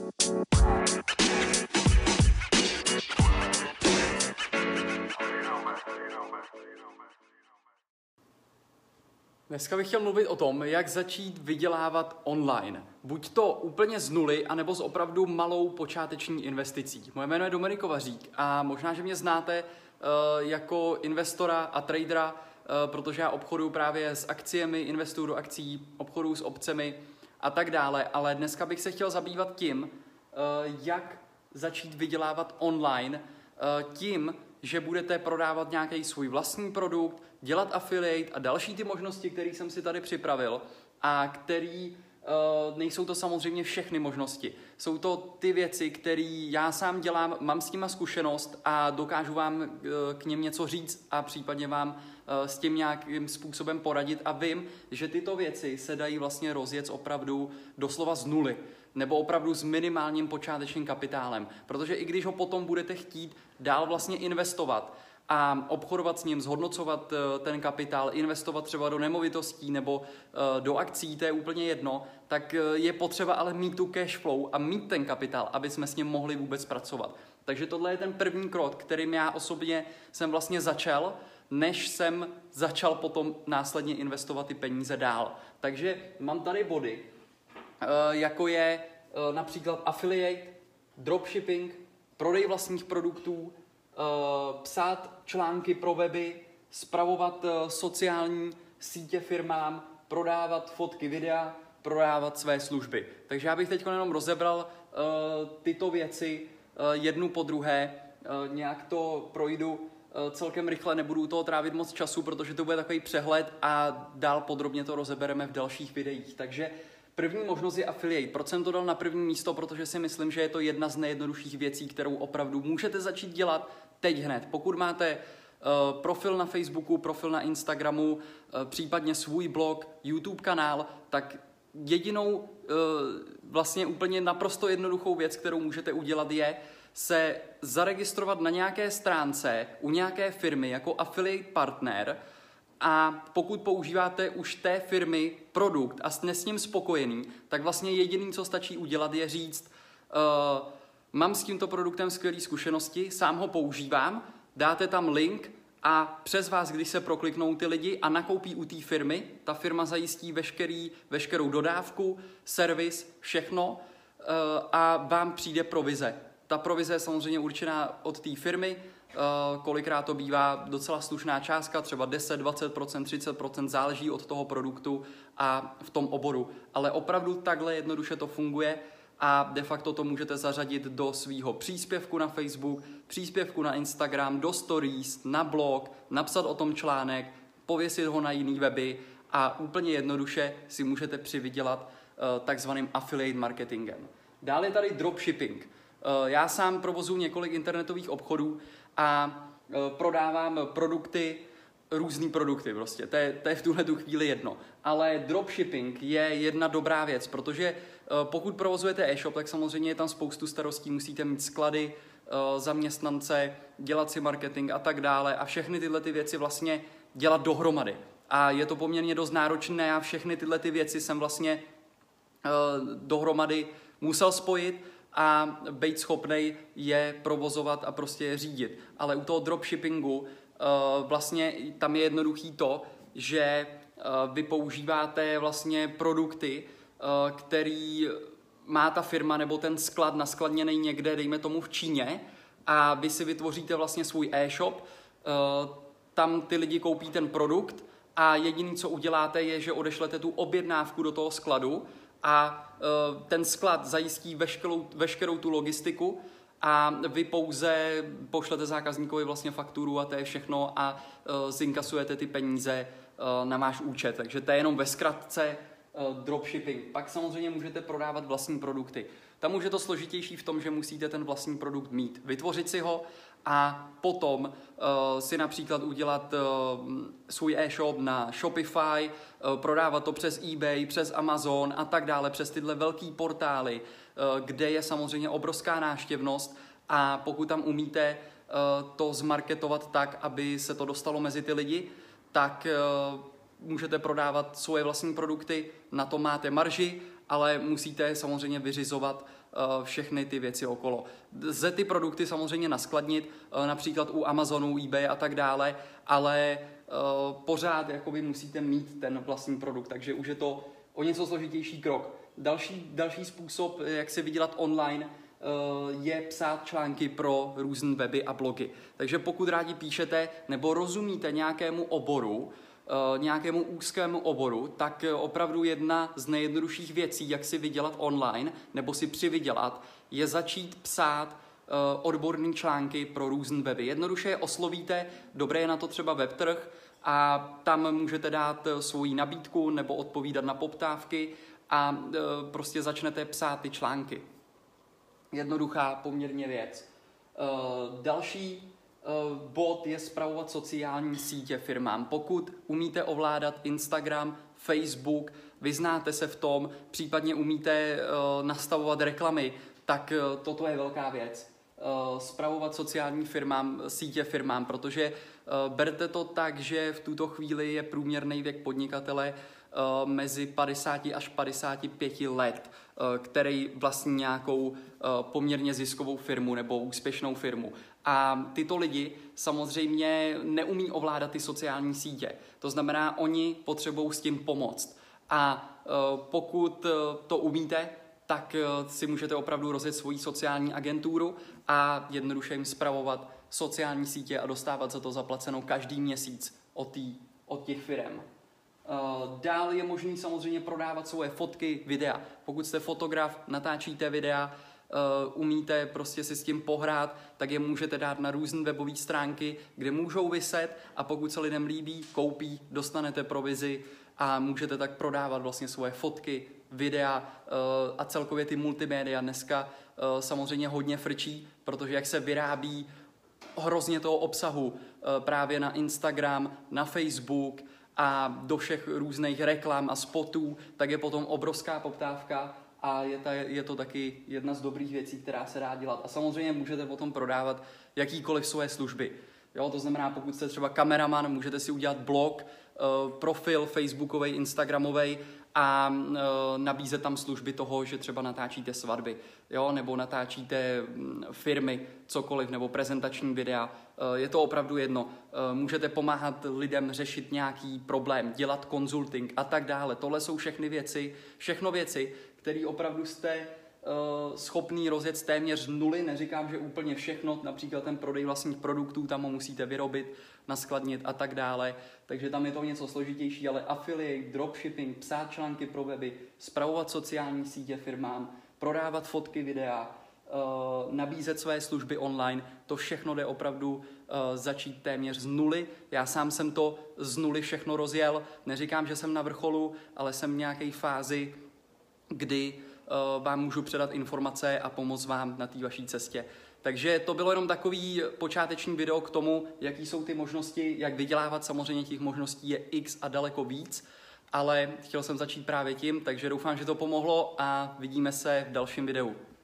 Dneska bych chtěl mluvit o tom, jak začít vydělávat online. Buď to úplně z nuly, anebo s opravdu malou počáteční investicí. Moje jméno je Dominik Kovařík a možná, že mě znáte jako investora a tradera, protože já obchoduju právě s akciemi, investuju do akcí, obchoduju s opcemi a tak dále. Ale dneska bych se chtěl zabývat tím, jak začít vydělávat online tím, že budete prodávat nějaký svůj vlastní produkt, dělat affiliate a další ty možnosti, které jsem si tady připravil a který nejsou to samozřejmě všechny možnosti. Jsou to ty věci, které já sám dělám, mám s nima zkušenost a dokážu vám k něm něco říct a případně vám s tím nějakým způsobem poradit a vím, že tyto věci se dají vlastně rozjet opravdu doslova z nuly nebo opravdu s minimálním počátečním kapitálem, protože i když ho potom budete chtít dál vlastně investovat a obchodovat s ním, zhodnocovat ten kapitál, investovat třeba do nemovitostí nebo do akcí, to je úplně jedno, tak je potřeba ale mít tu cash flow a mít ten kapitál, aby jsme s ním mohli vůbec pracovat. Takže tohle je ten první krok, kterým já osobně jsem vlastně začal, než jsem začal potom následně investovat ty peníze dál. Takže mám tady body, jako je například affiliate, dropshipping, prodej vlastních produktů, psát články pro weby, spravovat sociální sítě firmám, prodávat fotky, videa, prodávat své služby. Takže já bych teď jenom rozebral tyto věci jednu po druhé, nějak to projdu celkem rychle, nebudu toho trávit moc času, protože to bude takový přehled a dál podrobně to rozebereme v dalších videích. Takže první možnost je affiliate. Proč jsem to dal na první místo? Protože si myslím, že je to jedna z nejjednodušších věcí, kterou opravdu můžete začít dělat teď hned. Pokud máte profil na Facebooku, profil na Instagramu, případně svůj blog, YouTube kanál, tak jedinou vlastně úplně naprosto jednoduchou věc, kterou můžete udělat, je se zaregistrovat na nějaké stránce u nějaké firmy jako affiliate partner. A pokud používáte už té firmy produkt a jste s ním spokojený, tak vlastně jediný, co stačí udělat, je říct, mám s tímto produktem skvělé zkušenosti, sám ho používám, dáte tam link a přes vás, když se prokliknou ty lidi a nakoupí u té firmy, ta firma zajistí veškerou dodávku, servis, všechno a vám přijde provize. Ta provize je samozřejmě určená od té firmy, kolikrát to bývá docela slušná částka, třeba 10, 20%, 30%, záleží od toho produktu a v tom oboru. Ale opravdu takhle jednoduše to funguje a de facto to můžete zařadit do svýho příspěvku na Facebook, příspěvku na Instagram, do stories, na blog, napsat o tom článek, pověsit ho na jiný weby a úplně jednoduše si můžete přivydělat takzvaným affiliate marketingem. Dále je tady dropshipping. Já sám provozuji několik internetových obchodů a prodávám produkty, různý produkty prostě, to je v tuhle chvíli jedno. Ale dropshipping je jedna dobrá věc, protože pokud provozujete e-shop, tak samozřejmě je tam spoustu starostí, musíte mít sklady, zaměstnance, dělat si marketing a tak dále a všechny tyhle ty věci vlastně dělat dohromady. A je to poměrně dost náročné, já všechny tyhle ty věci jsem vlastně dohromady musel spojit a být schopnej je provozovat a prostě je řídit. Ale u toho dropshippingu vlastně tam je jednoduchý to, že vy používáte vlastně produkty, který má ta firma nebo ten sklad naskladněný někde, dejme tomu v Číně, a vy si vytvoříte vlastně svůj e-shop, tam ty lidi koupí ten produkt a jediný, co uděláte, je, že odešlete tu objednávku do toho skladu a ten sklad zajistí veškerou tu logistiku a vy pouze pošlete zákazníkovi vlastně fakturu a to je všechno a zinkasujete ty peníze na váš účet. Takže to je jenom ve zkratce dropshipping. Pak samozřejmě můžete prodávat vlastní produkty. Tam už je to složitější v tom, že musíte ten vlastní produkt mít, vytvořit si ho a potom si například udělat svůj e-shop na Shopify, prodávat to přes eBay, přes Amazon a tak dále, přes tyhle velký portály, kde je samozřejmě obrovská návštěvnost a pokud tam umíte to zmarketovat tak, aby se to dostalo mezi ty lidi, tak můžete prodávat svoje vlastní produkty, na to máte marži ale musíte samozřejmě vyřizovat všechny ty věci okolo. Lze ty produkty samozřejmě naskladnit, například u Amazonu, eBay a tak dále, ale pořád jakoby musíte mít ten vlastní produkt, takže už je to o něco složitější krok. Další způsob, jak si vydělat online, je psát články pro různé weby a blogy. Takže pokud rádi píšete nebo rozumíte nějakému oboru, nějakému úzkému oboru, tak opravdu jedna z nejjednodušších věcí, jak si vydělat online nebo si přivydělat, je začít psát odborné články pro různé weby. Jednoduše je oslovíte, dobré je na to třeba webtrh a tam můžete dát svoji nabídku nebo odpovídat na poptávky a prostě začnete psát ty články. Jednoduchá poměrně věc. Další bod je spravovat sociální sítě firmám. Pokud umíte ovládat Instagram, Facebook, vyznáte se v tom, případně umíte nastavovat reklamy, tak toto je velká věc. Spravovat sociální sítě firmám, protože berte to tak, že v tuto chvíli je průměrný věk podnikatele mezi 50 až 55 let, který vlastní nějakou poměrně ziskovou firmu nebo úspěšnou firmu. A tyto lidi samozřejmě neumí ovládat ty sociální sítě. To znamená, oni potřebují s tím pomoct. A pokud to umíte, tak si můžete opravdu rozjet svoji sociální agenturu a jednoduše jim spravovat sociální sítě a dostávat za to zaplaceno každý měsíc od těch firem. Dál je možný samozřejmě prodávat svoje fotky, videa. Pokud jste fotograf, natáčíte videa, umíte prostě si s tím pohrát, tak je můžete dát na různé webové stránky, kde můžou viset a pokud se lidem líbí, koupí, dostanete provizi a můžete tak prodávat vlastně svoje fotky, videa a celkově ty multimédia dneska samozřejmě hodně frčí, protože jak se vyrábí hrozně toho obsahu právě na Instagram, na Facebook a do všech různých reklam a spotů, tak je potom obrovská poptávka a je to taky jedna z dobrých věcí, která se dá dělat. A samozřejmě můžete potom prodávat jakýkoliv svoje služby. Jo, to znamená, pokud jste třeba kameraman, můžete si udělat blog, profil facebookovej, instagramovej a nabízet tam služby toho, že třeba natáčíte svatby, jo, nebo natáčíte firmy, cokoliv, nebo prezentační videa. Je to opravdu jedno. Můžete pomáhat lidem řešit nějaký problém, dělat konzulting a tak dále. Tohle jsou všechno věci, které opravdu jste schopný rozjet téměř z nuly, neříkám, že úplně všechno, například ten prodej vlastních produktů, tam ho musíte vyrobit, naskladnit a tak dále, takže tam je to něco složitější, ale affiliate, dropshipping, psát články pro weby, spravovat sociální sítě firmám, prodávat fotky, videa, nabízet své služby online, to všechno jde opravdu začít téměř z nuly. Já sám jsem to z nuly všechno rozjel, neříkám, že jsem na vrcholu, ale jsem v nějaké fázi, kdy vám můžu předat informace a pomoct vám na té vaší cestě. Takže to bylo jenom takový počáteční video k tomu, jaký jsou ty možnosti, jak vydělávat. Samozřejmě těch možností je x a daleko víc, ale chtěl jsem začít právě tím, takže doufám, že to pomohlo a vidíme se v dalším videu.